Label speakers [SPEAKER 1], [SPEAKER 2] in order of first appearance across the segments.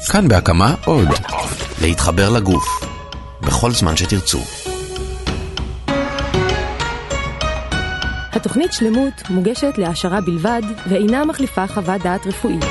[SPEAKER 1] כאן בהקמה עוד. להתחבר לגוף. בכל זמן שתרצו.
[SPEAKER 2] התוכנית שלמות מוגשת להעשרה בלבד ואינה מחליפה חוות דעת רפואית.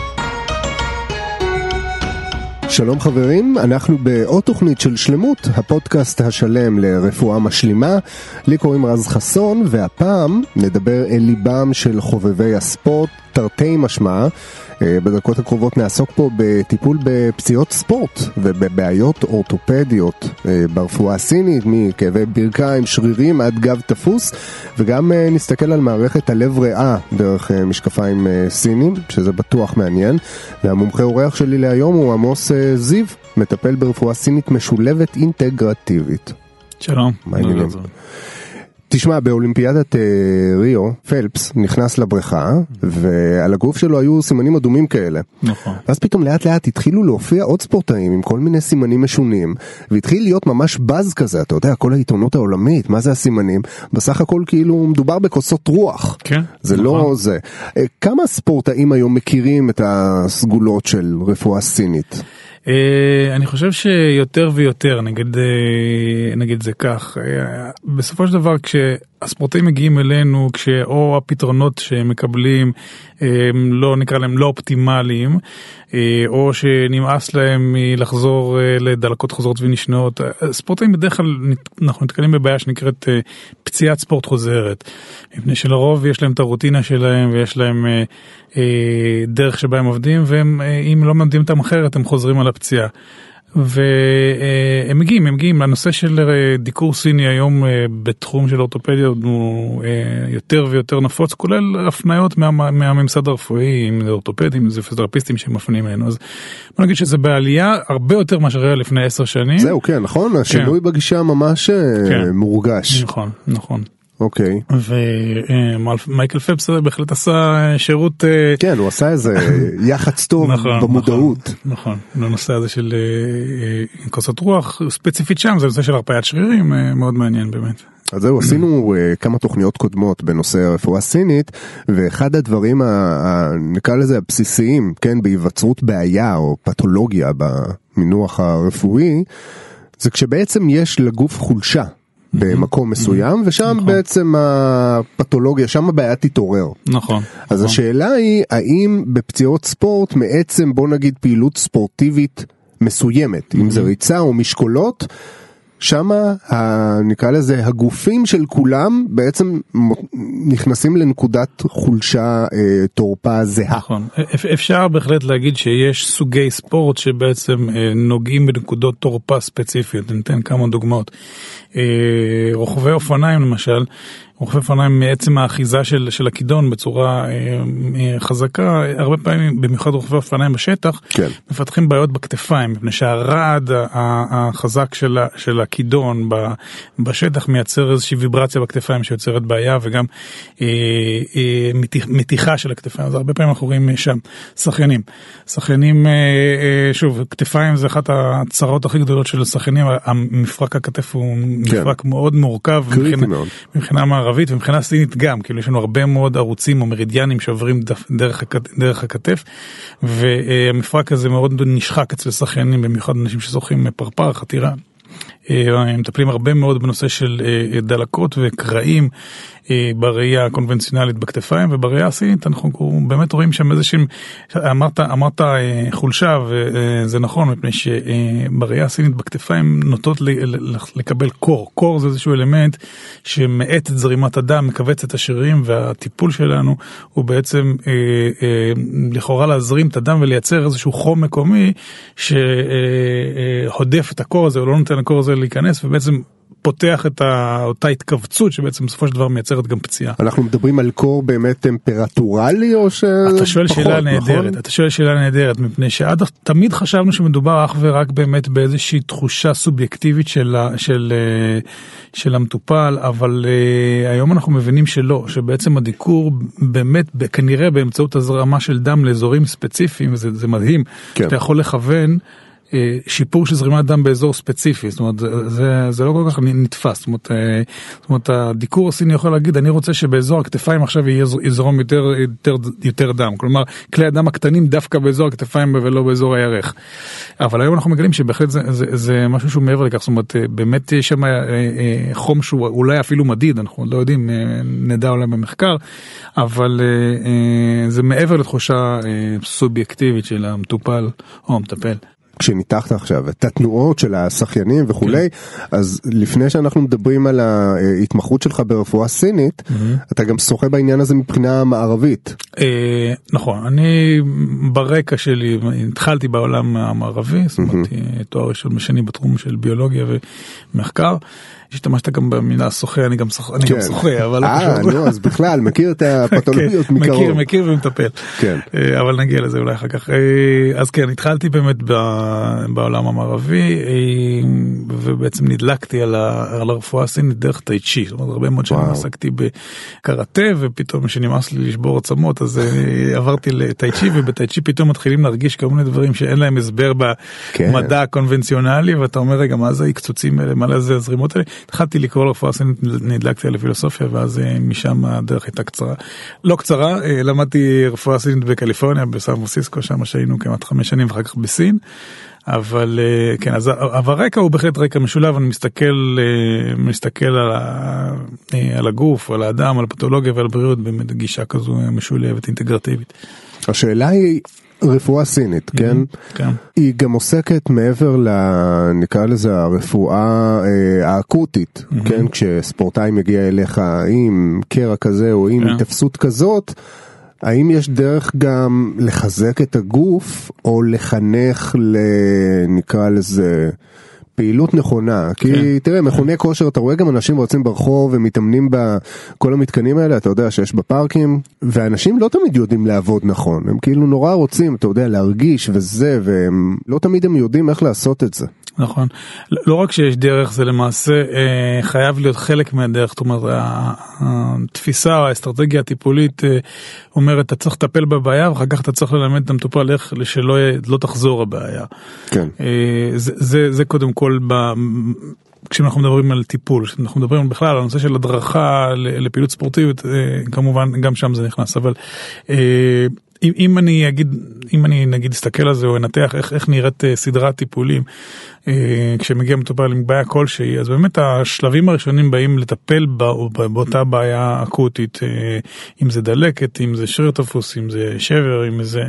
[SPEAKER 3] שלום חברים, אנחנו בעוד תוכנית של שלמות, הפודקאסט השלם לרפואה משלימה. לי קוראים רז חסון, והפעם נדבר אל ליבם של חובבי הספורט, תרתי משמע. בדקות הקרובות נעסוק פה בטיפול בפציעות ספורט ובבעיות אורתופדיות ברפואה הסינית, מכאבי ברכיים, שרירים עד גב תפוס, וגם נסתכל על מערכת הלב ריאה דרך משקפיים סינים, שזה בטוח מעניין. והמומחה אורח שלי להיום הוא עמוס זיו, מטפל ברפואה סינית משולבת אינטגרטיבית.
[SPEAKER 4] שלום.
[SPEAKER 3] מה העניינים? תשמע, באולימפיאדת ריו, פלפס נכנס לבריכה, ועל הגוף שלו היו סימנים אדומים כאלה.
[SPEAKER 4] נכון.
[SPEAKER 3] ואז פתאום לאט לאט התחילו להופיע עוד ספורטאים עם כל מיני סימנים משונים, והתחיל להיות ממש בז כזה, אתה יודע, כל העיתונות העולמית, מה זה הסימנים? בסך הכל כאילו מדובר בכוסות רוח.
[SPEAKER 4] כן.
[SPEAKER 3] זה
[SPEAKER 4] נכון.
[SPEAKER 3] לא זה. כמה ספורטאים היום מכירים את הסגולות של רפואה סינית?
[SPEAKER 4] אני חושב שיותר ויותר, נגיד זה כך, בסופו של דבר כשהספורטאים מגיעים אלינו, כשאו הפתרונות שהם מקבלים לא נקרא להם לא אופטימליים, או שנמאס להם לחזור לדלקות חוזרות ונשנות, ספורטאים בדרך כלל אנחנו נתקלים בבעיה שנקראת פציעת ספורט חוזרת, מפני שלרוב יש להם את הרוטינה שלהם ויש להם דרך שבה הם עובדים, ואם לא מנדים אותם אחרת הם חוזרים על הפציעה. והם מגיעים לנושא של דיקור סיני היום בתחום של אורתופדיה הוא יותר ויותר נפוץ, כולל הפניות מהממסד הרפואי, אם זה אורתופדים, אם זה פיזיותרפיסטים שמפנים אלינו. אז בוא נגיד שזה בעלייה הרבה יותר מה שראה לפני 10 שנים.
[SPEAKER 3] זהו, כן, נכון? השינוי בגישה ממש מורגש.
[SPEAKER 4] נכון.
[SPEAKER 3] אוקיי.
[SPEAKER 4] ומייקל פלפס בהחלט עשה שירות...
[SPEAKER 3] כן, הוא עשה איזה יחץ טוב במודעות.
[SPEAKER 4] נכון, לנושא הזה של כוסות רוח, ספציפית שם, זה נושא של הרפאיית שרירים, מאוד מעניין באמת.
[SPEAKER 3] אז זהו, עשינו כמה תוכניות קודמות בנושא הרפואה סינית, ואחד הדברים, נקרא לזה הבסיסיים, כן, בהיווצרות בעיה או פתולוגיה במינוח הרפואי, זה כשבעצם יש לגוף חולשה. במקום מסוים, ושם בעצם הפתולוגיה, שם הבעיה תתעורר.
[SPEAKER 4] נכון.
[SPEAKER 3] אז השאלה היא, האם בפציעות ספורט, מעצם בוא נגיד פעילות ספורטיבית מסוימת, אם זה ריצה או משקולות, שם נקרא לזה, הגופים של כולם בעצם נכנסים לנקודת חולשה תורפה זהה.
[SPEAKER 4] נכון. אפשר בהחלט להגיד שיש סוגי ספורט שבעצם נוגעים בנקודות תורפה ספציפיות. ניתן כמה דוגמאות. רוכבי אופניים למשל, רוכבי אופניים מעצם האחיזה של הכידון בצורה חזקה, הרבה פעמים, במיוחד רוכבי אופניים בשטח, כן. מפתחים בעיות בכתפיים, מפני שהרעד החזק של הכידון בשטח מייצר איזושהי ויברציה בכתפיים שיוצרת בעיה, וגם מתיחה של הכתפיים. אז הרבה פעמים אנחנו רואים שם שחיינים, שוב, כתפיים זה אחת הצרות הכי גדולות של שחיינים, המפרק הכתף הוא מפרק מאוד מורכב, מבחינה מערבית ומבחינה סינית גם, כאילו יש לנו הרבה מאוד ערוצים או מרידיאנים שעוברים דרך הכתף, והמפרק הזה מאוד נשחק אצל שחיינים, במיוחד אנשים שזוכים פרפר, חתירה. הם מטפלים הרבה מאוד בנושא של דלקות וקרעים בראייה הקונבנציונלית בכתפיים, ובראייה הסינית אנחנו באמת רואים שם איזושהי, אמרת חולשה, וזה נכון, מפני שבראייה הסינית בכתפיים נוטות לקבל קור. קור זה איזשהו אלמנט שמאט את זרימת הדם, מקבץ את השרירים, והטיפול שלנו הוא בעצם לכאורה להזרים את הדם ולייצר איזשהו חום מקומי שהודף את הקור הזה, או לא נותן לקור הזה להיכנס, ובעצם פותח את אותה התכווצות שבעצם בסופו של דבר מייצרת גם פציעה.
[SPEAKER 3] אנחנו מדברים על קור באמת טמפרטורלי או ש...
[SPEAKER 4] אתה שואל שאלה נהדרת, אתה שואל שאלה נהדרת, מפני שעד תמיד חשבנו שמדובר אך ורק באמת באיזושהי תחושה סובייקטיבית של המטופל, אבל היום אנחנו מבינים שלא, שבעצם הדיקור באמת כנראה באמצעות הזרמה של דם לאזורים ספציפיים, וזה מדהים, אתה יכול לכוון שיפור של זרימת דם באזור ספציפי, זאת אומרת, זה לא כל כך נתפס, זאת אומרת, הדיקור הסיני יכול להגיד, אני רוצה שבאזור הכתפיים עכשיו יזרום יותר דם, כלומר, כלי הדם הקטנים דווקא באזור הכתפיים ולא באזור הירך. אבל היום אנחנו מגלים שבהחלט זה משהו שהוא מעבר לכך, זאת אומרת, באמת יש שם חום שהוא אולי אפילו מדיד, אנחנו לא יודעים, נדע אולי במחקר, אבל זה מעבר לתחושה סובייקטיבית של המטופל או המטפל.
[SPEAKER 3] כשניתחת עכשיו את התנועות של השחיינים וכולי, אז לפני שאנחנו מדברים על ההתמחות שלך ברפואה סינית, אתה גם שוחה בעניין הזה מבחינה מערבית.
[SPEAKER 4] נכון, אני ברקע שלי התחלתי בעולם המערבי, זאת אומרת, תואר ראשון ושני בתחום של ביולוגיה ומחקר, השתמשת גם במילה שוחה, אני גם שוחה, אבל לא
[SPEAKER 3] חשוב. אז בכלל, מכיר את הפתולוגיות מקרוב.
[SPEAKER 4] מכיר ומטפל. אבל נגיע לזה אולי אחר כך. אז כן, התחלתי באמת בעולם המערבי, ובעצם נדלקתי על הרפואה הסינית דרך טאי צ'י. זאת אומרת, הרבה מאוד שנים עסקתי בקראטה, ופתאום שנמאס לי לשבור עצמות, אז עברתי לטאי צ'י, ובטאי צ'י פתאום מתחילים להרגיש כל מיני דברים שאין להם הסבר במדע הקונבנציונלי, ואתה אומר, רגע, מה זה הקצוצים האלה, מה זה הזרימות האלה? התחלתי לקרוא לרפואה סינית, נדלקתי על הפילוסופיה, ואז משם הדרך הייתה קצרה. לא קצרה, למדתי רפואה סינית בקליפורניה, בסן פרנסיסקו, שם שהיינו כמעט 5 שנים, ואחר כך בסין. אבל כן, אז הרקע הוא בהחלט רקע משולב, אני מסתכל על הגוף, על האדם, על הפתולוגיה ועל בריאות, באמת גישה כזו משולבת, אינטגרטיבית.
[SPEAKER 3] השאלה היא, רפואה סינית, כן?
[SPEAKER 4] כן.
[SPEAKER 3] היא גם עוסקת מעבר נקרא לזה הרפואה האקוטית, כן? כשספורטאי מגיע אליך עם קרע כזה או עם התפסות כזאת, האם יש דרך גם לחזק את הגוף או לחנך נקרא לזה פעילות נכונה, כי תראה, מכוני כושר, אתה רואה גם אנשים רוצים ברחוב ומתאמנים בכל המתקנים האלה, אתה יודע שיש בפארקים, ואנשים לא תמיד יודעים לעבוד נכון, הם כאילו נורא רוצים, אתה יודע, להרגיש וזה, והם לא תמיד הם יודעים איך לעשות את זה.
[SPEAKER 4] נכון. לא רק שיש דרך, זה למעשה חייב להיות חלק מהדרך, זאת אומרת, התפיסה, האסטרטגיה הטיפולית אומרת, אתה צריך לטפל בבעיה, ואחר כך אתה צריך ללמד את המטופל איך שלא תחזור הבעיה. כן. זה קודם כל, כשאנחנו מדברים על טיפול, כשאנחנו מדברים בכלל על הנושא של הדרכה לפעילות ספורטיבית, כמובן גם שם זה נכנס, אבל אם אני נגיד אסתכל על זה או אנתח איך נראית סדרת טיפולים כשמגיע מטופל עם בעיה כלשהי, אז באמת השלבים הראשונים באים לטפל באותה בעיה אקוטית, אם זה דלקת, אם זה שריר תפוס, אם זה שבר, אם זה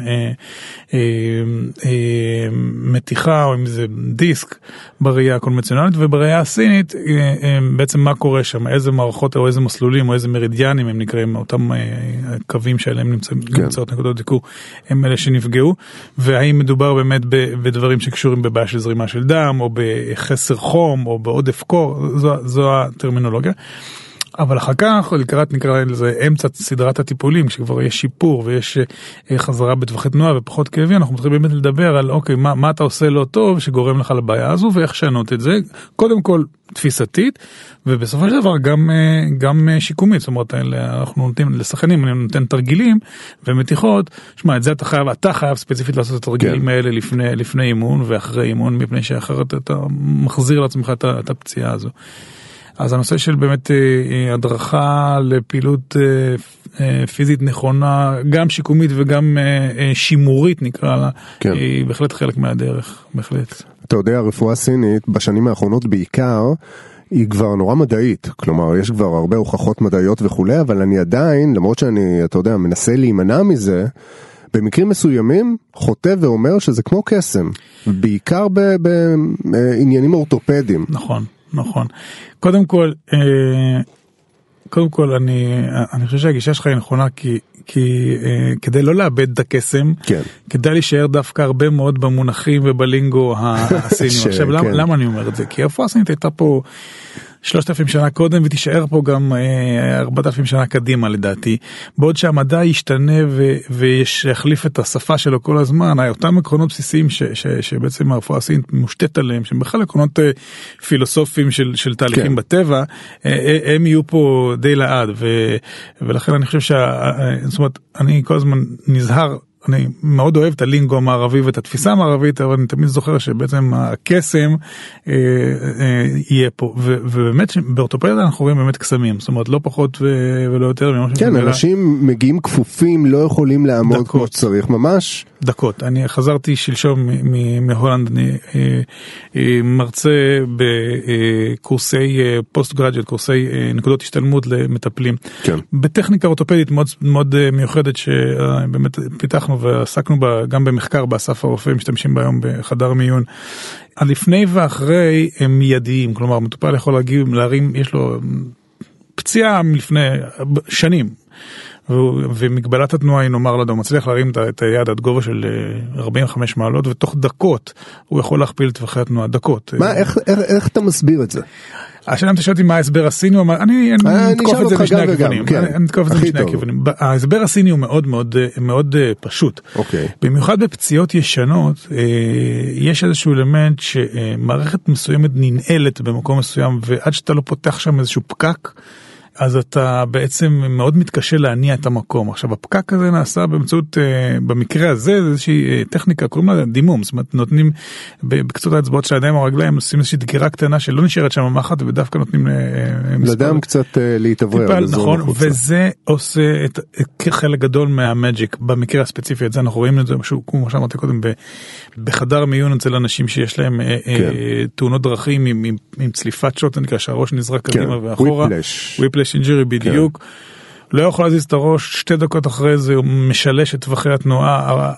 [SPEAKER 4] מתיחה או אם זה דיסק בראייה הקונבנציונלית, ובראייה הסינית בעצם מה קורה שם, איזה מערכות או איזה מסלולים או איזה מרידיאנים הם נקראים, אותם קווים שעליהם נמצאות נקודות דיקור, הם אלה שנפגעו, והאם מדובר באמת בדברים שקשורים בבעיה של זרימה של דם, או בחסר חום, או בעודף קור, זו הטרמינולוגיה. אבל אחר כך, לקראת נקרא לזה אמצע סדרת הטיפולים, כשכבר יש שיפור ויש חזרה בטווחי תנועה ופחות כאבי, אנחנו מתחילים באמת לדבר על אוקיי, מה אתה עושה לא טוב שגורם לך לבעיה הזו, ואיך שנות את זה, קודם כל תפיסתית, ובסופו של דבר גם שיקומית, זאת אומרת, אנחנו נותנים לשחקנים, אני נותן תרגילים ומתיחות, שמע, את זה אתה חייב ספציפית לעשות את התרגילים האלה לפני אימון ואחרי אימון, מפני שאחרת אתה מחזיר לעצמך את הפציעה הזו. אז הנושא של באמת הדרכה לפעילות פיזית נכונה, גם שיקומית וגם שימורית נקרא לה, היא בהחלט חלק מהדרך, בהחלט.
[SPEAKER 3] אתה יודע, הרפואה הסינית בשנים האחרונות בעיקר, היא כבר נורא מדעית, כלומר יש כבר הרבה הוכחות מדעיות וכולי, אבל אני עדיין, למרות שאני, אתה יודע, מנסה להימנע מזה, במקרים מסוימים חוטב ואומר שזה כמו קסם, בעיקר בעניינים אורתופדיים.
[SPEAKER 4] נכון. נכון. קודם כל אני חושב שהגישה שלך היא נכונה, כי כדי לא לאבד את הקסם, כדאי להישאר דווקא הרבה מאוד במונחים ובלינגו הסיני. עכשיו, למה אני אומר את זה? כי הרפואה הסינית הייתה פה 3,000 שנה קודם, ותישאר פה גם 4,000 שנה קדימה לדעתי, בעוד שהמדע ישתנה ויש להחליף את השפה שלו כל הזמן, אותם עקרונות בסיסיים שבעצם הרפואה הסינית מושתת עליהם, שהם בכלל עקרונות פילוסופיים של תהליכים בטבע, הם יהיו פה די לעד, ולכן אני חושב זאת אומרת, אני כל הזמן נזהר אני מאוד אוהב את הלינגו המערבי ואת התפיסה המערבית, אבל אני תמיד זוכר שבעצם הקסם יהיה פה, ובאמת באורתופדיה אנחנו רואים באמת קסמים, זאת אומרת לא פחות ולא יותר.
[SPEAKER 3] כן, אנשים מגיעים כפופים, לא יכולים לעמוד כמו שצריך, ממש
[SPEAKER 4] דקות. אני חזרתי שלשום מהולנד, אני מרצה בקורסי פוסט-גרדג'ט, קורסי נקודות השתלמות למטפלים.
[SPEAKER 3] כן.
[SPEAKER 4] בטכניקה אורתופדית מאוד, מאוד מיוחדת שבאמת פיתחנו ועסקנו בה גם במחקר באסף הרופא, משתמשים בה היום בחדר מיון. הלפני ואחרי הם מיידיים, כלומר מטופל יכול להרים, יש לו פציעה מלפני שנים, ומגבלת התנועה היא נאמר לדו, מצליח להרים את היד עד גובה של 45 מעלות, ותוך דקות הוא יכול להכפיל טווחי התנועה, דקות.
[SPEAKER 3] מה, איך אתה מסביר את זה?
[SPEAKER 4] השאלה אם תשאלתי מה ההסבר הסיני, אני נתקוף את זה משני הכיוונים. אני נתקוף את זה משני הכיוונים. ההסבר הסיני הוא מאוד מאוד פשוט. במיוחד בפציעות ישנות, יש איזשהו אלמנט שמערכת מסוימת ננעלת במקום מסוים, ועד שאתה לא פותח שם איזשהו פקק, אז אתה בעצם מאוד מתקשה להניע את המקום. עכשיו, הפקק הזה נעשה באמצעות, במקרה הזה, איזושהי טכניקה, קוראים לה דימום, זאת אומרת, נותנים בקצות האצבעות של הידיים או הרגליים, עושים איזושהי דגירה קטנה שלא נשארת שם ממחת, ודווקא נותנים
[SPEAKER 3] לדם קצת להתעברר.
[SPEAKER 4] נכון, וזה עושה את חלק גדול מהמג'יק, במקרה הספציפי, את זה אנחנו רואים את זה, כמו שאמרתי קודם, בחדר מיון אצל אנשים שיש להם תאונות דרכים עם צליפת שוט, נקרא שהראש נזרק קדימה ואחורה. whiplash injury בדיוק. לא יכול להזיז את הראש, 2 דקות אחרי זה הוא משלש את טווחי התנועה.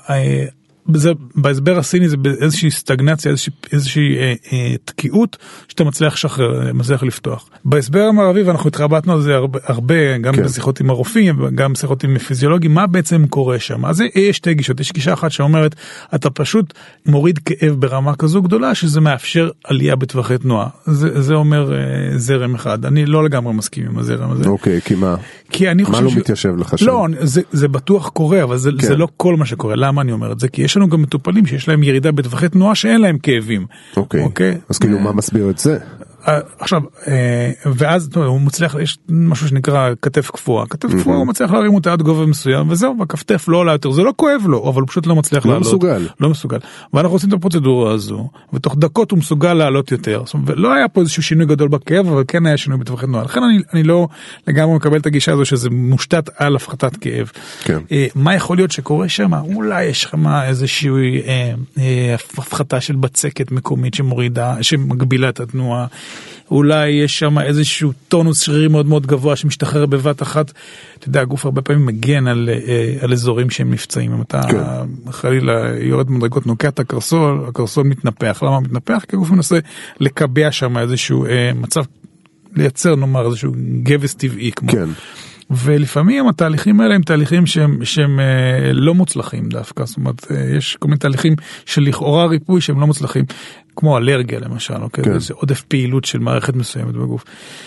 [SPEAKER 4] בהסבר הסיני זה באיזושהי סטגנציה, איזושהי תקיעות שאתה מצליח לשחרר, מצליח לפתוח. בהסבר המערבי, ואנחנו התרבטנו על זה הרבה, גם בשיחות עם הרופאים, גם בשיחות עם פיזיולוגים, מה בעצם קורה שם? אז יש 2 גישות. יש גישה אחת שאומרת, אתה פשוט מוריד כאב ברמה כזו גדולה, שזה מאפשר עלייה בטווחי תנועה. זה אומר זרם אחד. אני לא לגמרי מסכים עם הזרם הזה.
[SPEAKER 3] אוקיי, כי מה? מה לא מתיישב לך שם?
[SPEAKER 4] לא, זה בטוח קורה, אבל זה לא כל מה שקורה. למה אני אומר את זה? כי יש לנו גם מטופלים שיש להם ירידה בטווחי תנועה שאין להם כאבים.
[SPEAKER 3] אוקיי. אז כאילו מה מסביר את זה?
[SPEAKER 4] עכשיו, ואז הוא מצליח, יש משהו שנקרא כתף קפואה. כתף קפואה הוא מצליח להרים אותה עד גובה מסוים, וזהו, הכתף לא עולה יותר. זה לא כואב לו, אבל הוא פשוט לא מצליח לעלות. לא מסוגל. ואנחנו עושים את הפרוצדורה הזו, ותוך דקות הוא מסוגל לעלות יותר. ולא היה פה איזשהו שינוי גדול בכאב, אבל כן היה שינוי בטווחי תנועה. לכן אני לא לגמרי מקבל את הגישה הזו שזה מושתת על הפחתת כאב. מה יכול להיות שקורה שם? אולי יש שם איזושהי הפחתה של בצקת מקומית שמגבילה את התנועה. אולי יש שם איזשהו טונוס שרירי מאוד מאוד גבוה שמשתחרר בבת אחת. אתה יודע, הגוף הרבה פעמים מגן על אזורים שהם נפצעים. אם אתה חלילה יורד מדרגות, נוקע את הקרסול, הקרסול מתנפח. למה מתנפח? כי הגוף מנסה לקבע שם איזשהו מצב, לייצר נאמר איזשהו גבס טבעי כמו. כן. ולפעמים התהליכים האלה הם תהליכים שהם לא מוצלחים דווקא, זאת אומרת, יש כל מיני תהליכים של לכאורה ריפוי שהם לא מוצלחים, כמו אלרגיה למשל, אוקיי? זה עודף פעילות של מערכת מסוימת בגוף.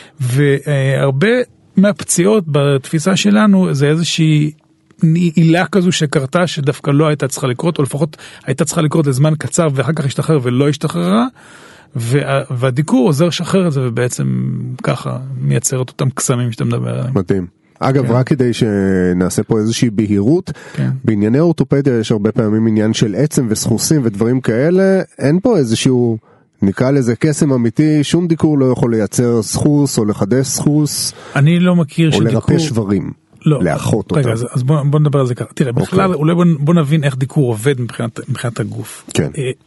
[SPEAKER 4] והרבה מהפציעות בתפיסה שלנו זה איזושהי עילה כזו שקרתה שדווקא לא הייתה צריכה לקרות, או לפחות הייתה צריכה לקרות לזמן קצר ואחר כך השתחרר ולא השתחררה, והדיקור עוזר לשחרר את זה ובעצם ככה מייצר את אותם קסמים שאתה מדבר עליהם.
[SPEAKER 3] מדהים. אגב, רק כדי שנעשה פה איזושהי בהירות, בענייני אורתופדיה יש הרבה פעמים עניין של עצם וסחוסים ודברים כאלה, אין פה איזשהו, נקרא לזה קסם אמיתי, שום דיקור לא יכול לייצר סחוס או לחדש סחוס,
[SPEAKER 4] אני לא מכיר
[SPEAKER 3] או לרפא שברים, לאחות אותם.
[SPEAKER 4] רגע, אז בוא נדבר על זה ככה. תראה, בכלל, אולי בוא נבין איך דיקור עובד מבחינת הגוף.
[SPEAKER 3] כן.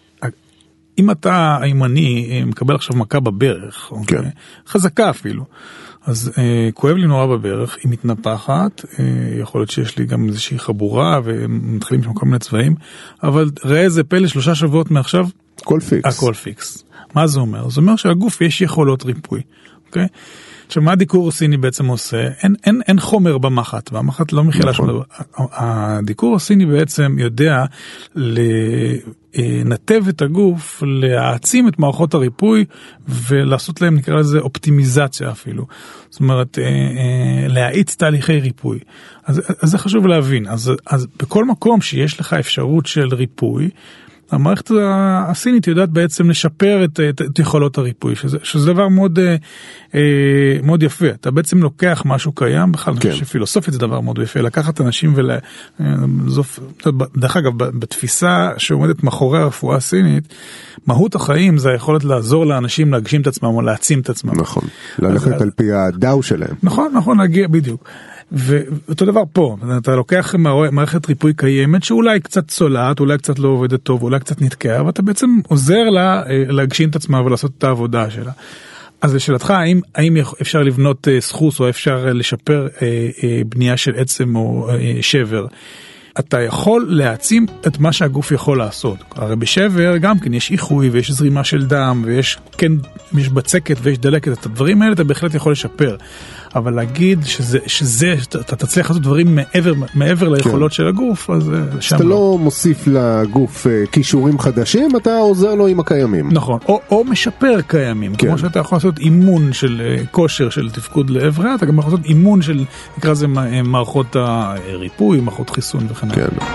[SPEAKER 4] אם אני מקבל עכשיו מכה בברך, חזקה אפילו, אז כואב לי נורא בברך, היא מתנפחת, יכול להיות שיש לי גם איזושהי חבורה, ומתחילים שם כל מיני צבעים, אבל ראה איזה פלא 3 שבועות מעכשיו, הכל פיקס. מה זה אומר? זה אומר שהגוף יש יכולות ריפוי, אוקיי? עכשיו, מה הדיקור הסיני בעצם עושה? אין חומר במחט, והמחט לא מכילה שום דבר. הדיקור הסיני בעצם יודע לנתב את הגוף, להעצים את מערכות הריפוי, ולעשות להם, נקרא לזה, אופטימיזציה אפילו. זאת אומרת, להאיץ תהליכי ריפוי. אז זה חשוב להבין. אז בכל מקום שיש לך אפשרות של ריפוי, המערכת הסינית יודעת בעצם לשפר את יכולות הריפוי, שזה דבר מאוד יפה. אתה בעצם לוקח משהו קיים, בכלל אני חושב שפילוסופית זה דבר מאוד יפה, לקחת אנשים דרך אגב, בתפיסה שעומדת מאחורי הרפואה הסינית, מהות החיים זה היכולת לעזור לאנשים להגשים את עצמם או להעצים את עצמם.
[SPEAKER 3] נכון, ללכת על פי הדאו שלהם.
[SPEAKER 4] נכון, להגיע בדיוק. ואותו דבר פה, אתה לוקח מערכת ריפוי קיימת שאולי קצת צולעת, אולי קצת לא עובדת טוב, אולי קצת נתקעה, ואתה בעצם עוזר לה להגשים את עצמה ולעשות את העבודה שלה. אז לשאלתך, האם אפשר לבנות סחוס או אפשר לשפר בנייה של עצם או שבר? אתה יכול להעצים את מה שהגוף יכול לעשות. הרי בשבר גם כן יש איחוי ויש זרימה של דם ויש בצקת ויש דלקת. את הדברים האלה אתה בהחלט יכול לשפר. אבל להגיד אתה תצליח לעשות דברים מעבר ליכולות של הגוף, אז שם
[SPEAKER 3] אתה לא מוסיף לגוף קישורים חדשים, אתה עוזר לו עם הקיימים.
[SPEAKER 4] נכון, או משפר קיימים, כמו שאתה יכול לעשות אימון של כושר של תפקוד לב ריאה, אתה גם יכול לעשות אימון של, נקרא זה מערכות הריפוי, מערכות חיסון וכן הלאה. כן.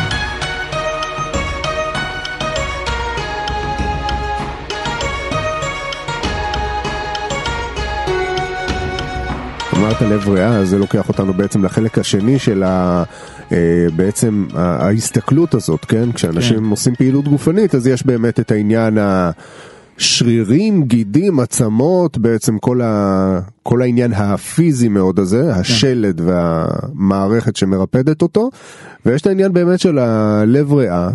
[SPEAKER 3] אמרת לב ריאה, זה לוקח אותנו בעצם לחלק השני של בעצם ההסתכלות הזאת, כן? כשאנשים עושים פעילות גופנית, אז יש באמת את העניין השרירים, גידים, עצמות, בעצם כל העניין הפיזי מאוד הזה, השלד והמערכת שמרפדת אותו, ויש את העניין באמת של הלב ריאה,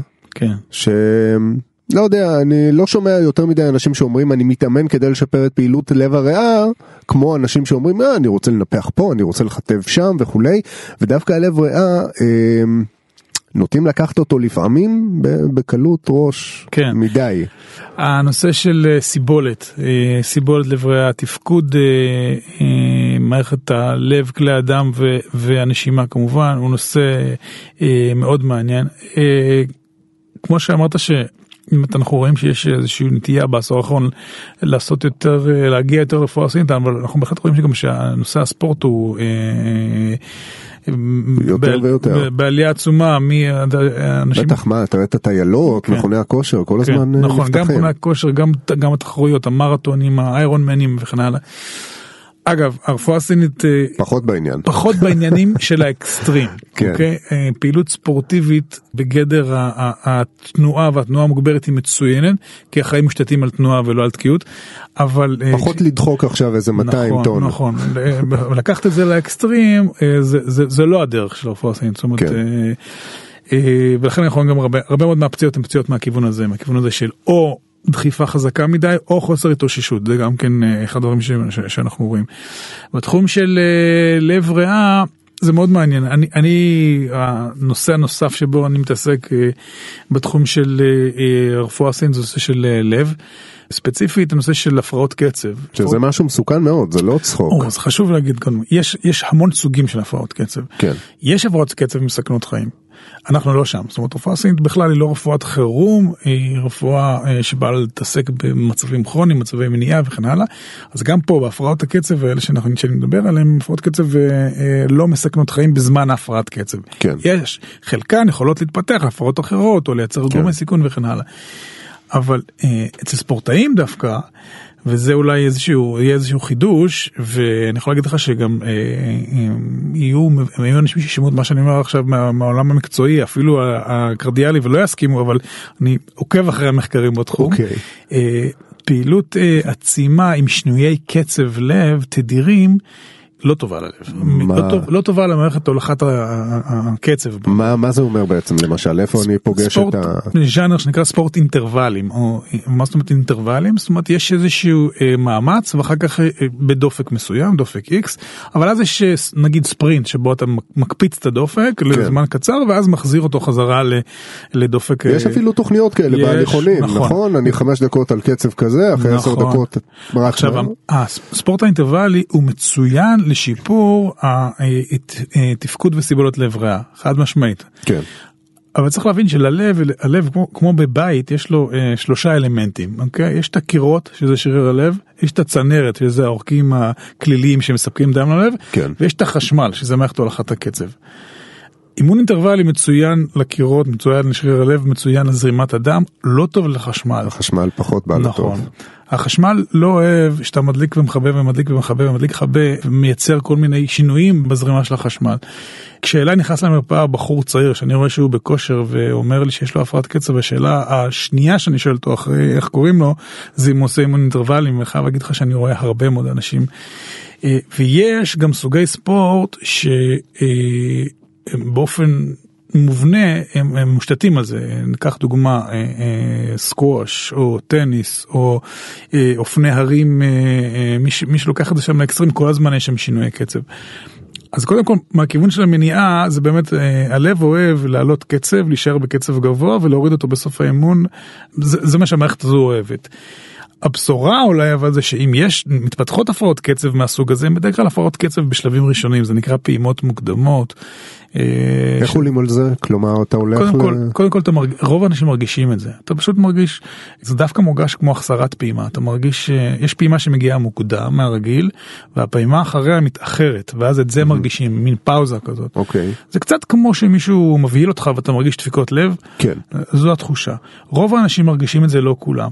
[SPEAKER 3] לא יודע, אני לא שומע יותר מדי אנשים שאומרים אני מתאמן כדי לשפר את פעילות לב הריאה, כמו אנשים שאומרים אני רוצה לנפח פה, אני רוצה לחטב שם וכולי, ודווקא הלב ריאה נוטים לקחת אותו לפעמים בקלות ראש מדי.
[SPEAKER 4] הנושא של סיבולת לב ריאה, תפקוד מערכת הלב, כלי הדם והנשימה כמובן, הוא נושא מאוד מעניין. כמו שאמרת אם אנחנו רואים שיש איזושהי נטייה בעשור האחרון לעשות יותר, להגיע יותר רפואה סינית, אבל אנחנו בהחלט רואים שגם שהנושא הספורט הוא
[SPEAKER 3] יותר ויותר.
[SPEAKER 4] בעלייה עצומה,
[SPEAKER 3] בטח מה, אתה רואה את הטיילות, מכוני הכושר, כל הזמן נפתחים.
[SPEAKER 4] נכון, גם מכוני הכושר, גם התחרויות, המרתונים, האיירון מנים וכן הלאה. אגב, הרפואה הסינית פחות בעניינים של האקסטרים, אוקיי? פעילות ספורטיבית בגדר התנועה, והתנועה המוגברת היא מצוינת, כי החיים משתתים על תנועה ולא על תקיעות, אבל
[SPEAKER 3] פחות לדחוק עכשיו איזה 200 טון.
[SPEAKER 4] נכון, לקחת את זה לאקסטרים, זה לא הדרך של הרפואה הסינית, זאת אומרת, ולכן אנחנו רואים גם הרבה מאוד מהפציעות הן פציעות מהכיוון הזה של או דחיפה חזקה מדי או חוסר התאוששות, זה גם כן אחד הדברים שאנחנו רואים. בתחום של לב ריאה זה מאוד מעניין. הנושא הנוסף שבו אני מתעסק בתחום של רפואה סינית זה נושא של לב, ספציפית הנושא של הפרעות קצב.
[SPEAKER 3] שזה משהו מסוכן מאוד, זה לא צחוק.
[SPEAKER 4] אז חשוב להגיד קודם, יש המון סוגים של הפרעות קצב. יש הפרעות קצב מסכנות חיים. אנחנו לא שם, זאת אומרת, רפואה סינית בכלל היא לא רפואת חירום, היא רפואה שבאה להתעסק במצבים כרוניים, מצבי מניעה וכן הלאה, אז גם פה בהפרעות הקצב האלה שאנחנו נדבר עליהן, הפרעות קצב לא מסכנות חיים בזמן ההפרעת קצב.
[SPEAKER 3] כן.
[SPEAKER 4] יש, חלקן יכולות להתפתח, הפרעות אחרות, או לייצר גורמי סיכון וכן הלאה. אבל אצל ספורטאים דווקא, וזה אולי יהיה איזשהו חידוש, ואני יכול להגיד לך שגם יהיו אנשים שישמעו את מה שאני אומר עכשיו מהעולם המקצועי, אפילו הקרדיאלי, ולא יסכימו, אבל אני עוקב אחרי המחקרים בתחום. פעילות עצימה עם שינויי קצב לב תדירים, לא טובה ללב. לא טובה למערכת הולכת הקצב.
[SPEAKER 3] מה זה אומר בעצם למשל? איפה אני פוגש את
[SPEAKER 4] ז'אנר שנקרא ספורט אינטרוולים, או מה זאת אומרת אינטרוולים? זאת אומרת יש איזשהו מאמץ ואחר כך בדופק מסוים, דופק X, אבל אז יש נגיד ספרינט שבו אתה מקפיץ את הדופק לזמן קצר ואז מחזיר אותו חזרה לדופק.
[SPEAKER 3] יש אפילו תוכניות כאלה בהליכונים, נכון? אני 5 דקות על קצב כזה, אחרי 10 דקות.
[SPEAKER 4] עכשיו, הספורט האינטרוואלי הוא מצוין לשיפור תפקוד וסיבולות לב ריאה, חד משמעית.
[SPEAKER 3] כן.
[SPEAKER 4] אבל צריך להבין שללב, הלב כמו בבית, יש לו 3 אלמנטים, אוקיי? יש את הקירות, שזה שריר הלב, יש את הצנרת, שזה העורקים הכליליים שמספקים דם ללב,
[SPEAKER 3] כן.
[SPEAKER 4] ויש את החשמל, שזה מערכת הולכת הקצב. אימון אינטרוואלי מצוין לקירות, מצוין לשריר הלב, מצוין לזרימת הדם, לא טוב לחשמל.
[SPEAKER 3] החשמל פחות בא לטוב.
[SPEAKER 4] נכון. החשמל לא אוהב שאתה מדליק ומחבא ומדליק ומחבא ומדליק חבא ומייצר כל מיני שינויים בזרימה של החשמל. כשאליי נכנס למרפאה בחור צעיר שאני רואה שהוא בכושר ואומר לי שיש לו הפרעת קצב, השאלה השנייה שאני שואל אותו אחרי איך קוראים לו, זה אם הוא עושה אימון אינטרוואלי, אני חייב להגיד לך שאני רואה הרבה מאוד אנשים. ויש גם סוגי ספורט שבאופן מובנה הם מושתתים על זה. ניקח דוגמה סקווש או טניס או אופני הרים, מי שלוקח את זה שם לאקסטרים, כל הזמן יש שם שינוי קצב. אז קודם כל, מהכיוון של המניעה, זה באמת, הלב אוהב לעלות קצב, להישאר בקצב גבוה ולהוריד אותו בסוף האימון, זה מה שהמערכת הזו אוהבת. הבשורה אולי אבל זה שאם יש מתפתחות הפרעות קצב מהסוג הזה, בדרך כלל הפרעות קצב בשלבים ראשונים, זה נקרא פעימות מוקדמות.
[SPEAKER 3] איך עולים על זה? כלומר, אתה הולך
[SPEAKER 4] קודם כל, רוב האנשים מרגישים את זה. אתה פשוט מרגיש, זה דווקא מורגש כמו החסרת פעימה. אתה מרגיש, יש פעימה שמגיעה מוקדם מהרגיל, והפעימה אחריה מתאחרת, ואז את זה מרגישים, מין פאוזה כזאת.
[SPEAKER 3] אוקיי.
[SPEAKER 4] זה קצת כמו שמישהו מבהיל אותך ואתה מרגיש דפיקות לב.
[SPEAKER 3] כן.
[SPEAKER 4] זו התחושה. רוב האנשים מרגישים את זה, לא כולם.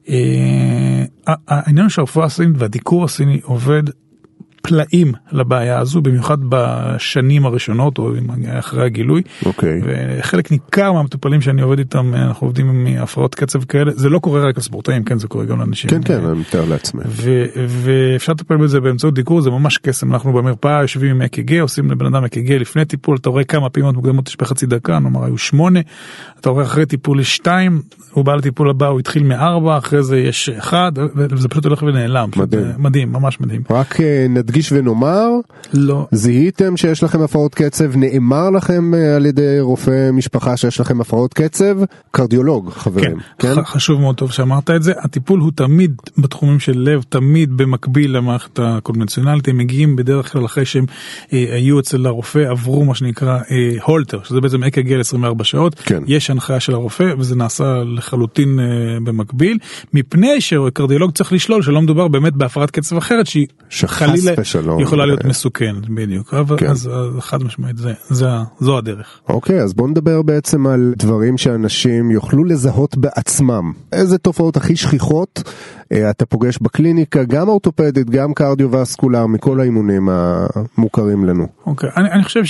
[SPEAKER 4] העניין שהרפואה הסינית והדיקור הסיני עובד פלאים לבעיה הזו, במיוחד בשנים הראשונות או אחרי הגילוי.
[SPEAKER 3] אוקיי.
[SPEAKER 4] וחלק ניכר מהמטופלים שאני עובד איתם, אנחנו עובדים עם הפרעות קצב כאלה, זה לא קורה רק לספורטאים, כן, זה קורה גם לאנשים.
[SPEAKER 3] כן, כן, אני מתאר לעצמי.
[SPEAKER 4] ואפשר לטפל בזה באמצעות דיקור, זה ממש קסם. אנחנו במרפאה יושבים עם אק"ג, עושים לבן אדם אק"ג לפני טיפול, אתה רואה כמה פעימות מוקדמות יש בחצי דקה, נאמר היו 8, אתה רואה אחרי טיפול יש 2, הוא בא לטיפול הבא, הוא התחיל מ4, אחרי זה יש 1, וזה פשוט הולך ונעלם. מדהים, ממש מדהים.
[SPEAKER 3] רק נדגיש ונאמר,
[SPEAKER 4] לא.
[SPEAKER 3] זיהיתם שיש לכם הפרעות קצב, נאמר לכם על ידי רופא משפחה שיש לכם הפרעות קצב, קרדיולוג, חברים.
[SPEAKER 4] כן, כן? חשוב מאוד טוב שאמרת את זה. הטיפול הוא תמיד בתחומים של לב, תמיד במקביל למערכת הקונבנציונלית, הם מגיעים בדרך כלל אחרי שהם היו אצל הרופא, עברו מה שנקרא הולטר, שזה בעצם אק"ג 24 שעות,
[SPEAKER 3] כן.
[SPEAKER 4] יש הנחיה של הרופא, וזה נעשה לחלוטין במקביל, מפני שקרדיולוג צריך לשלול שלא מדובר באמת בהפרעת קצב אחרת, שהיא חלילה יכולה להיות מסוכנת, בדיוק. אז חד משמעית, זו הדרך.
[SPEAKER 3] אוקיי, אז בואו נדבר בעצם על דברים שאנשים יוכלו לזהות בעצמם. איזה תופעות הכי שכיחות אתה פוגש בקליניקה, גם אורתופדית, גם קרדיו-וסקולר, מכל האימונים המוכרים לנו.
[SPEAKER 4] אוקיי, אני חושב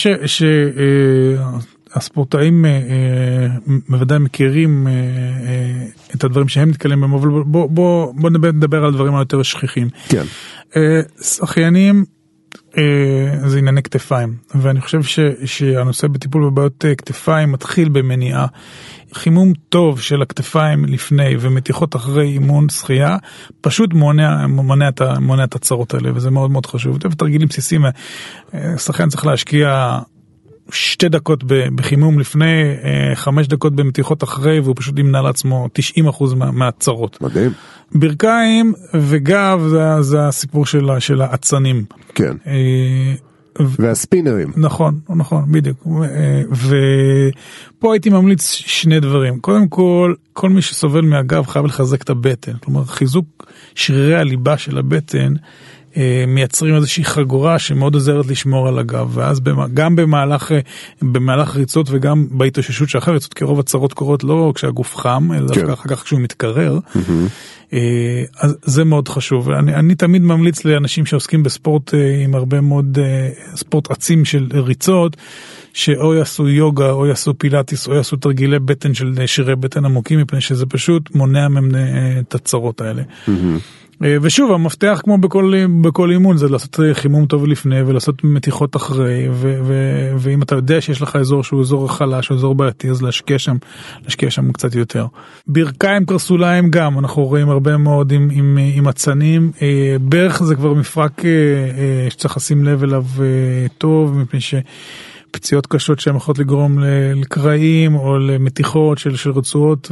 [SPEAKER 4] הספורטאים בוודאי מכירים את הדברים שהם נתקלים בהם, אבל בוא נדבר על דברים היותר שכיחים.
[SPEAKER 3] כן.
[SPEAKER 4] שחיינים זה ענייני כתפיים, ואני חושב שהנושא בטיפול בבעיות כתפיים מתחיל במניעה. חימום טוב של הכתפיים לפני ומתיחות אחרי אימון שחייה, פשוט מונע את הצרות האלה, וזה מאוד מאוד חשוב. ותרגילים בסיסיים, שחיין צריך להשקיע 2 דקות בחימום לפני, 5 דקות במתיחות אחרי, והוא פשוט ימנע לעצמו 90% מהצרות.
[SPEAKER 3] מדהים. ברכיים
[SPEAKER 4] וגב זה הסיפור של העצנים.
[SPEAKER 3] כן. והספינרים.
[SPEAKER 4] נכון, בדיוק. ופה הייתי ממליץ 2 דברים. קודם כל מי שסובל מהגב חייב לחזק את הבטן. כלומר, חיזוק שרירי הליבה של הבטן, מייצרים איזושהי חגורה שמאוד עוזרת לשמור על הגב, ואז גם במהלך ריצות וגם בהתאוששות שאחרי ריצות, כי רוב הצרות קורות לא כשהגוף חם, אלא דווקא אחר כך כשהוא מתקרר. אז זה מאוד חשוב. אני תמיד ממליץ לאנשים שעוסקים בספורט עם הרבה מאוד ספורט עצים של ריצות, שאו יעשו יוגה, או יעשו פילאטיס, או יעשו תרגילי בטן של שירי בטן עמוקים, מפני שזה פשוט מונע מהם את הצרות האלה. ושוב, המפתח כמו בכל אימון זה לעשות חימום טוב לפני ולעשות מתיחות אחרי, ואם אתה יודע שיש לך אזור שהוא אזור חלש או אזור בעייתי, אז להשקיע שם קצת יותר. ברכיים קרסוליים גם, אנחנו רואים הרבה מאוד עם עצנים, ברך זה כבר מפרק שצריך לשים לב אליו טוב, מפני פציעות קשות שהן יכולות לגרום לקרעים או למתיחות של רצועות,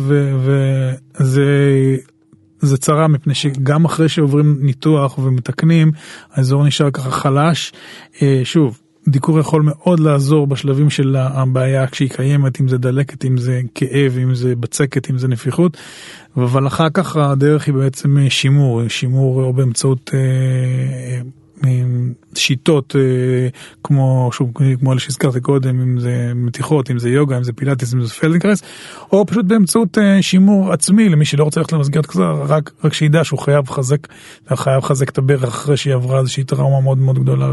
[SPEAKER 4] זה צרה, מפני שגם אחרי שעוברים ניתוח ומתקנים, האזור נשאר ככה חלש. שוב, דיקור יכול מאוד לעזור בשלבים של הבעיה כשהיא קיימת, אם זה דלקת, אם זה כאב, אם זה בצקת, אם זה נפיחות, אבל אחר כך הדרך היא בעצם שימור או באמצעות שיטות כמו אלה שהזכרתי קודם, אם זה מתיחות, אם זה יוגה, אם זה פילאטיס, אם זה פלדנקרס, או פשוט באמצעות שימור עצמי, למי שלא רוצה ללכת למסגרת כזו, רק שידע שהוא חייב לחזק את הברך אחרי שהיא עברה איזושהי טראומה מאוד מאוד גדולה,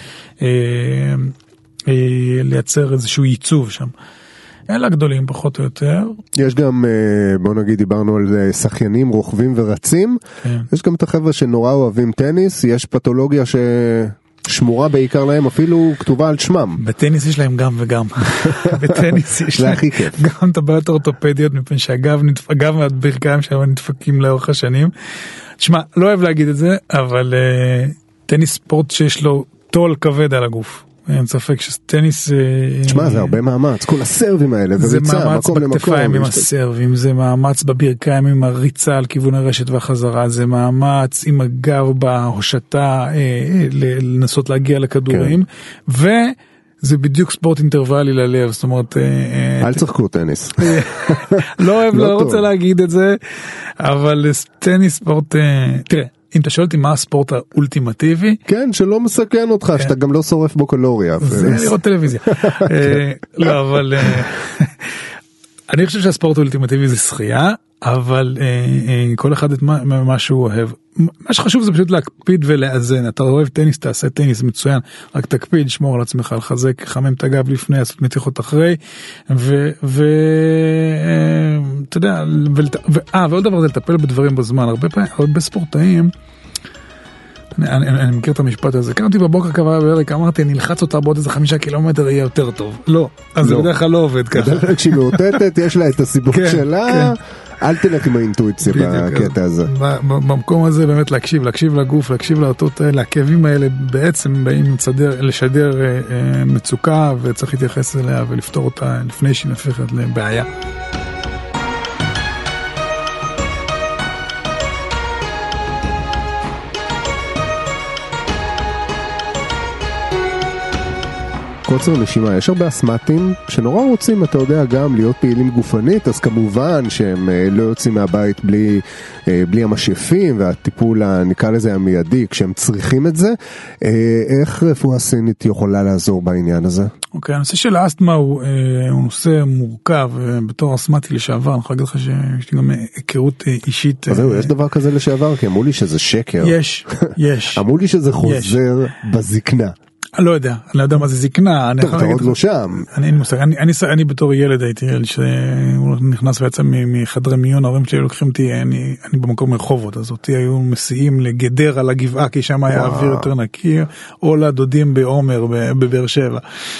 [SPEAKER 4] ולייצר איזשהו ייצוב שם. אלה גדולים פחות או יותר.
[SPEAKER 3] יש גם, בוא נגיד, דיברנו על שחיינים, רוכבים ורצים. כן. יש גם את החבר'ה שנורא אוהבים טניס, יש פתולוגיה ששמורה בעיקר להם, אפילו כתובה על שמם.
[SPEAKER 4] בטניס יש להם גם וגם. בטניס יש להם גם את הבעיות אורתופדיות, מפני שהגב והברכיים שלהם נדפקים לאורך השנים. תשמע, לא אוהב להגיד את זה, אבל טניס ספורט שיש לו טול כבד על הגוף. אין ספק שטניס...
[SPEAKER 3] תשמע, זה הרבה מאמץ, כל הסרבים האלה,
[SPEAKER 4] זה מאמץ בכתפיים עם הסרבים, זה מאמץ בברכיים עם הריצה על כיוון הרשת והחזרה, זה מאמץ עם הגב בהושטה לנסות להגיע לכדורים, וזה בדיוק ספורט אינטרוואלי ללב, זאת אומרת...
[SPEAKER 3] אל צחקו טניס.
[SPEAKER 4] לא רוצה להגיד את זה, אבל טניס ספורט... תראה, אם אתה שואל אותי מה הספורט האולטימטיבי?
[SPEAKER 3] כן, שלא מסכן אותך, שאתה גם לא שורף בו קלוריה.
[SPEAKER 4] זה לראות טלוויזיה. לא, אבל אני חושב שהספורט האולטימטיבי זה שחייה, אבל כל אחד את מה שהוא אוהב. מה שחשוב זה פשוט להקפיד ולאזן. אתה אוהב טניס, תעשה טניס מצוין, רק תקפיד, שמור על עצמך, לחזק, חמם את הגב לפני, לעשות מתיחות אחרי, אתה יודע, ועוד דבר זה לטפל בדברים בזמן. הרבה ספורטאים, אני מכיר את המשפט הזה, קמתי בבוקר קבעה בערך, אמרתי, אני אלחץ אותה בעוד איזה 5 קילומטר, יהיה יותר טוב. לא, אז זה בדרך כלל לא עובד ככה.
[SPEAKER 3] בדרך כלל כשהיא מאותתת, יש לה את הסיבוב שלה, אל תלך עם האינטואיציה בקטע הזה.
[SPEAKER 4] במקום הזה באמת להקשיב לגוף, להקשיב לאותות האלה, הכאבים האלה בעצם באים לשדר מצוקה, וצריך להתייחס אליה ולפתור אותה לפני שהיא נהפכת לבעיה.
[SPEAKER 3] קוצר נשימה, יש הרבה אסמטים שנורא רוצים, אתה יודע, גם להיות פעילים גופנית, אז כמובן שהם לא יוצאים מהבית בלי המשאפים והטיפול, נקרא לזה המיידי, כשהם צריכים את זה. איך רפואה סינית יכולה לעזור בעניין הזה?
[SPEAKER 4] אוקיי, הנושא של האסתמה הוא נושא מורכב, בתור אסמטי לשעבר, אני יכול להגיד לך שיש לי גם היכרות אישית.
[SPEAKER 3] אז זהו, יש דבר כזה לשעבר, כי אמרו לי שזה שקר.
[SPEAKER 4] יש.
[SPEAKER 3] אמרו לי שזה חוזר בזקנה.
[SPEAKER 4] לא יודע, אני לא יודע מה זה זקנה.
[SPEAKER 3] טוב, אתה עוד לא שם.
[SPEAKER 4] אני בתור ילד הייתי ילד שהוא נכנס ויצא מחדרי מיון, ההורים שלי לוקחים אותי, אני במקום מרחובות, אז אותי היו מסיעים לגדר על הגבעה, כי שם היה אוויר יותר נקי, או לדודים בעומר, בבאר שבע.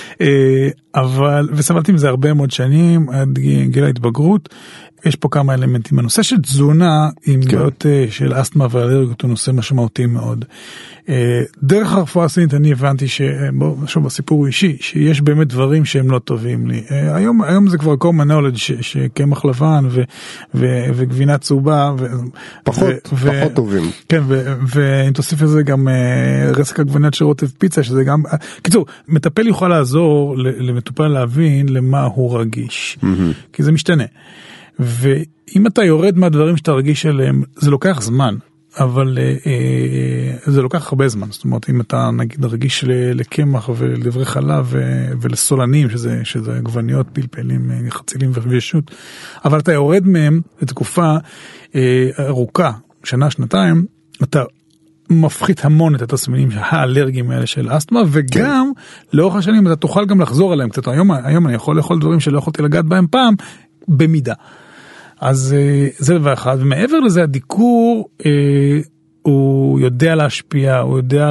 [SPEAKER 4] וסבלתי מזה הרבה מאוד שנים, עד גיל ההתבגרות. יש פה כמה אלמנטים. הנושא של תזונה עם בעיות של אסתמה ואלרגיות הוא נושא משמעותי מאוד. דרך הרפואה הסינית אני הבנתי בסיפור אישי, שיש באמת דברים שהם לא טובים לי. היום זה כבר common knowledge שקמח לבן וגבינה צהובה
[SPEAKER 3] פחות טובים.
[SPEAKER 4] כן, ואם תוסיף לזה גם רסק הגבינת של רוטב פיצה, שזה גם, קיצור, מטפל יוכל לעזור למטופל להבין למה הוא רגיש, כי זה משתנה. ואם אתה יורד מהדברים שאתה רגיש אליהם, זה לוקח זמן, אבל זה לוקח הרבה זמן. זאת אומרת, אם אתה נגיד רגיש לקמח ולדברי חלב ולסולנים, שזה עגבניות, פלפלים, חצילים ורבישות, אבל אתה יורד מהם לתקופה ארוכה, שנה, שנתיים, אתה מפחית המון את התסמינים האלרגיים האלה של אסתמה, וגם לאורך השנים אתה תוכל גם לחזור עליהם קצת. היום אני יכול לאכול דברים שלא יכולתי לגעת בהם פעם, במידה. אז זה דבר אחד, ומעבר לזה הדיקור הוא יודע להשפיע, הוא יודע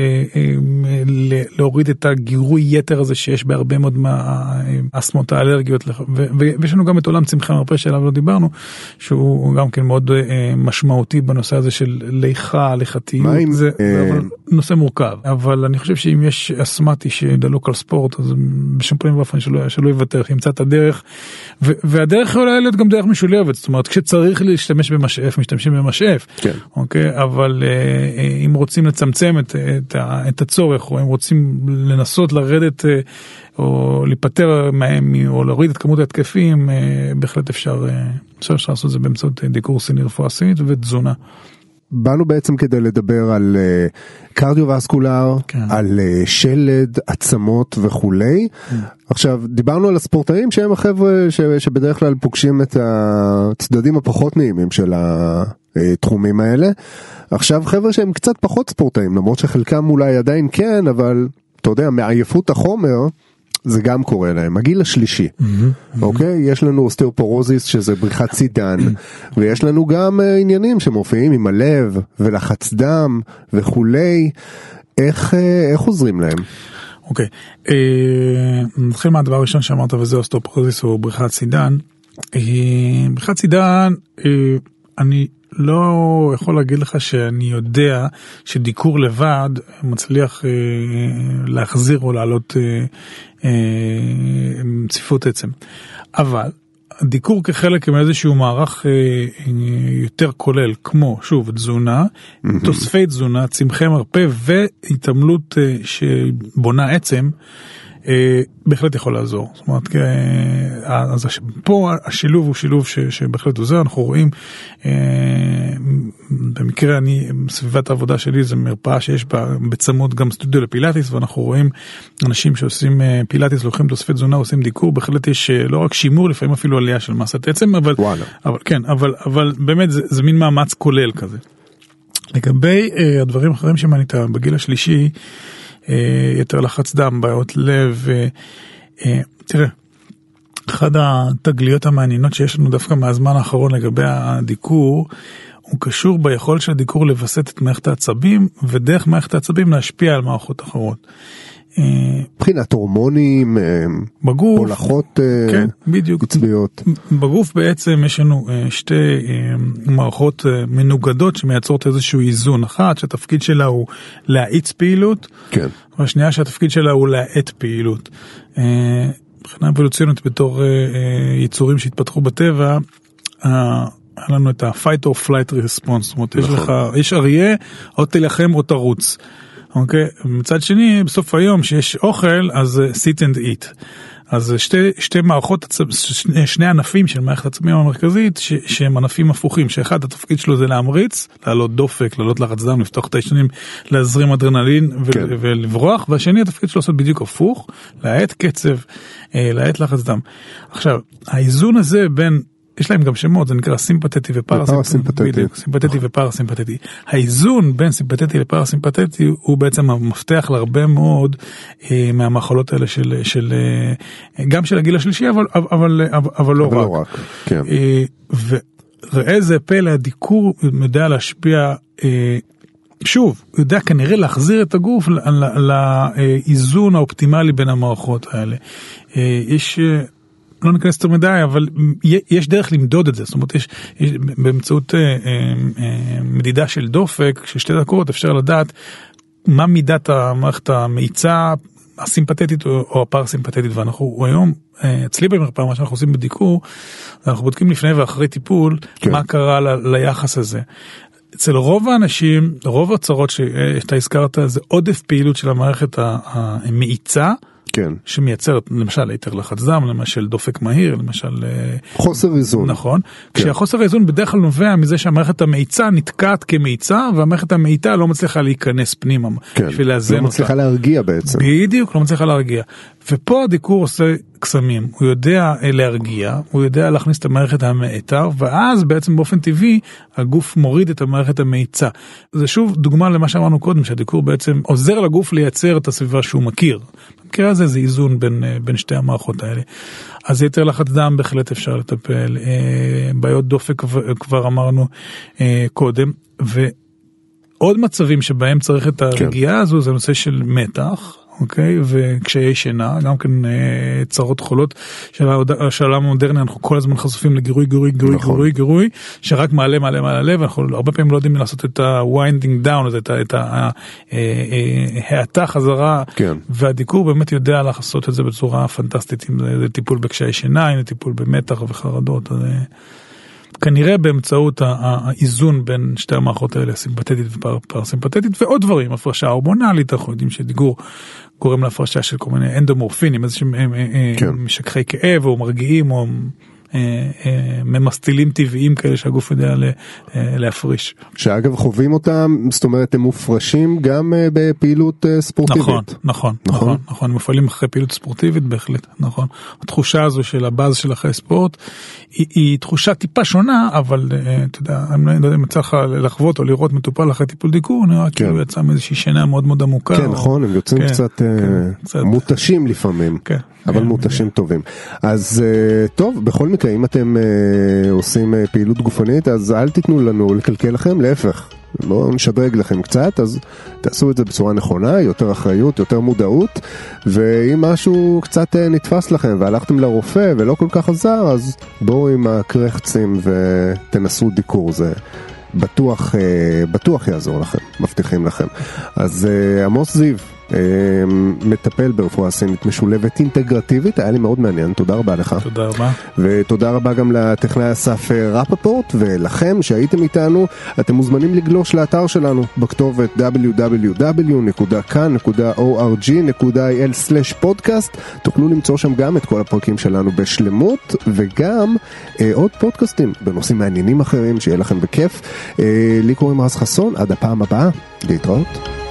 [SPEAKER 4] להוריד את הגירוי יתר הזה שיש בהרבה מאוד מהאסתמות האלרגיות, ויש לנו גם את עולם צמחי המרפא שאליו לא דיברנו, שהוא גם כן מאוד משמעותי בנושא הזה של ליכתיות, זה נושא מורכב, אבל אני חושב שאם יש אסתמטי שדלוק על ספורט, אז בשום פנים ואופן שלא יוותר, ימצא את הדרך, והדרך יכולה להיות גם דרך משולבת, זאת אומרת, כשצריך להשתמש במשאף, משתמשים במשאף, אוקיי, אבל אם רוצים לצמצם את הצורך, או אם רוצים לנסות לרדת או להיפטר מהם, או להוריד את כמות ההתקפים, בהחלט אפשר לעשות את זה באמצעות דיקור סיני רפואה סינית ותזונה.
[SPEAKER 3] באנו בעצם כדי לדבר על קרדיו-וסקולר, על שלד, עצמות וכולי. עכשיו, דיברנו על הספורטאים שהם החבר'ה שבדרך כלל פוגשים את הצדדים הפחות נעימים של התחומים האלה. עכשיו, חבר'ה שהם קצת פחות ספורטאים, למרות שחלקם אולי עדיין כן, אבל אתה יודע, מעייפות החומר, זה גם קורה להם. הגיל השלישי, אוקיי? יש לנו אוסטאופורוזיס שזה בריחת צידן, ויש לנו גם עניינים שמופיעים עם הלב ולחץ דם וכולי. איך עוזרים להם?
[SPEAKER 4] אוקיי, נתחיל מהדבר הראשון שאמרת, וזה אוסטאופורוזיס או בריחת צידן. בריחת צידן, אני לא יכול להגיד לך שאני יודע שדיקור לבד מצליח להחזיר או לעלות צפיפות עצם. אבל דיקור כחלק מאיזשהו מערך יותר כולל, כמו שוב תזונה, תוספי תזונה, צמחי מרפא והתעמלות שבונה עצם, בהחלט יכול לעזור. זאת אומרת, אז פה השילוב הוא שילוב שבהחלט עוזר. אנחנו רואים, במקרה סביבת העבודה שלי זה מרפאה שיש בה בצמוד גם סטודיו לפילאטיס, ואנחנו רואים אנשים שעושים פילאטיס, לוקחים תוספי תזונה, עושים דיקור, בהחלט יש לא רק שימור, לפעמים אפילו עלייה של מסת עצם, אבל כן, אבל באמת זה מין מאמץ כולל כזה. לגבי הדברים האחרים שמנית בגיל השלישי, יותר לחץ דם, בעיות לב, תראה, אחד התגליות המעניינות שיש לנו דווקא מהזמן האחרון לגבי הדיקור, הוא קשור ביכולת של הדיקור לבסט את מערכת העצבים, ודרך מערכת העצבים להשפיע על מערכות אחרות.
[SPEAKER 3] מבחינת הורמונים,
[SPEAKER 4] בגוף,
[SPEAKER 3] הולכות עצביות.
[SPEAKER 4] בגוף בעצם יש לנו שתי מערכות מנוגדות שמייצרות איזשהו איזון. אחת שהתפקיד שלה הוא להאיץ פעילות, והשנייה שהתפקיד שלה הוא להאט פעילות. מבחינה אבולוציונית בתור יצורים שהתפתחו בטבע, היה לנו את ה-fight or flight response, זאת אומרת, יש אריה, או תלחם או תרוץ. אוקיי, מצד שני, בסוף היום שיש אוכל, אז sit and eat. אז שתי מערכות, שני ענפים של מערכת העצבים המרכזית, שהם ענפים הפוכים, שאחד התפקיד שלו זה להמריץ, לעלות דופק, לעלות לחץ דם, לפתוח את הישנים, להזרים אדרנלין ולברוח, והשני התפקיד שלו לעשות בדיוק הפוך, להאט קצב, להאט לחץ דם. עכשיו, האיזון הזה בין יש להם גם שמות, זה נקרא סימפתטי ופרסימפתטי. סימפתטי ופרסימפתטי. האיזון בין סימפתטי לפרסימפתטי הוא בעצם המפתח להרבה מאוד מהמחלות האלה של גם של הגיל השלישי, אבל לא רק. וראה זה פלא, הדיקור יודע להשפיע, שוב, הוא יודע כנראה להחזיר את הגוף לאיזון האופטימלי בין המערכות האלה. יש לא ניכנס יותר מדי, אבל יש דרך למדוד את זה. זאת אומרת, יש באמצעות מדידה של דופק, של 2 דקות, אפשר לדעת מה מידת המערכת המאיצה, הסימפתטית או הפרסימפתטית, ואנחנו היום, אצלי במרפאה, מה שאנחנו עושים בדיקור, אנחנו בודקים לפני ואחרי טיפול, מה קרה ליחס הזה. אצל רוב האנשים, רוב הצרות שאתה הזכרת, זה עודף פעילות של המערכת המאיצה, כן. שמייצרת, למשל, היתר לחץ דם, למשל דופק מהיר, למשל
[SPEAKER 3] חוסר איזון.
[SPEAKER 4] נכון. כן. כשהחוסר האיזון בדרך כלל נובע מזה שהמערכת המאיצה נתקעת כמאיצה, והמערכת המאיטה לא מצליחה להיכנס פנימה.
[SPEAKER 3] כן.
[SPEAKER 4] בשביל לאזן אותה.
[SPEAKER 3] לא מצליחה להרגיע בעצם.
[SPEAKER 4] בדיוק, לא מצליחה להרגיע. ופה הדיקור עושה קסמים. הוא יודע להרגיע, הוא יודע להכניס את המערכת המאיטה, ואז בעצם באופן טבעי, הגוף מוריד את המערכת המאיצה. זה שוב דוגמה למה שאמרנו קודם, שהדיקור בעצם עוזר לגוף לייצר את הסביבה שהוא מכיר. במקרה הזה זה איזון בין שתי המערכות האלה. אז יתר לחץ דם בהחלט אפשר לטפל, בעיות דופק כבר אמרנו קודם, ועוד מצבים שבהם צריך את הרגיעה הזו, זה נושא של מתח, אוקיי, וקשיי שינה, גם כן צרות חולות של העולם המודרני, אנחנו כל הזמן חשופים לגירוי, שרק מעלה, ואנחנו הרבה פעמים לא יודעים לעשות את ה-winding down, את ההאטה חזרה, והדיקור באמת יודע לעשות את זה בצורה פנטסטית, אם זה טיפול בקשיי שינה, אם זה טיפול במתח וחרדות, כנראה באמצעות האיזון בין שתי המערכות האלה, סימפתטית ופרסימפתטית, ועוד דברים, הפרשה הורמונלית, אנחנו יודעים שדיגור גורם להפרשה של כל מיני אנדומורפינים, איזה שהם משככי כאב או מרגיעים או ממסטילים טבעיים כאלה שהגוף יודע להפריש.
[SPEAKER 3] שאגב חווים אותם, זאת אומרת הם מופרשים גם בפעילות ספורטיבית.
[SPEAKER 4] נכון, מופעלים אחרי פעילות ספורטיבית בהחלט, נכון. התחושה הזו של הבאז של אחרי ספורט היא תחושה טיפה שונה, אבל אתה יודע, אני לא יודע אם יצא לך לחוות או לראות מטופל אחרי טיפול דיקור, נראה כאילו יצא מאיזושהי שינה מאוד מאוד עמוקה.
[SPEAKER 3] כן, נכון, הם יוצאים קצת מותשים לפעמים, אבל מותשים טובים. אז טוב, בכל מקרה, אם אתם עושים פעילות גופנית, אז אל תיתנו לנו לקלקל לכם, להפך. בואו נשדרג לכם קצת, אז תעשו את זה בצורה נכונה, יותר אחריות, יותר מודעות, ואם משהו קצת נתפס לכם והלכתם לרופא ולא כל כך עזר, אז בואו עם הקרחצים ותנסו דיקור, זה בטוח יעזור לכם, מבטיחים לכם. אז עמוס זיו, מטפל ברפואה סינית משולבת אינטגרטיבית, היה לי מאוד מעניין, תודה רבה לך.
[SPEAKER 4] תודה רבה.
[SPEAKER 3] ותודה רבה גם לטכנאי אסף רפפורט, ולכם שהייתם איתנו, אתם מוזמנים לגלוש לאתר שלנו בכתובת www.kan.org.il/podcast, תוכלו למצוא שם גם את כל הפרקים שלנו בשלמות, וגם עוד פודקאסטים בנושאים מעניינים אחרים, שיהיה לכם בכיף. לי קוראים רז חסון, עד הפעם הבאה, להתראות.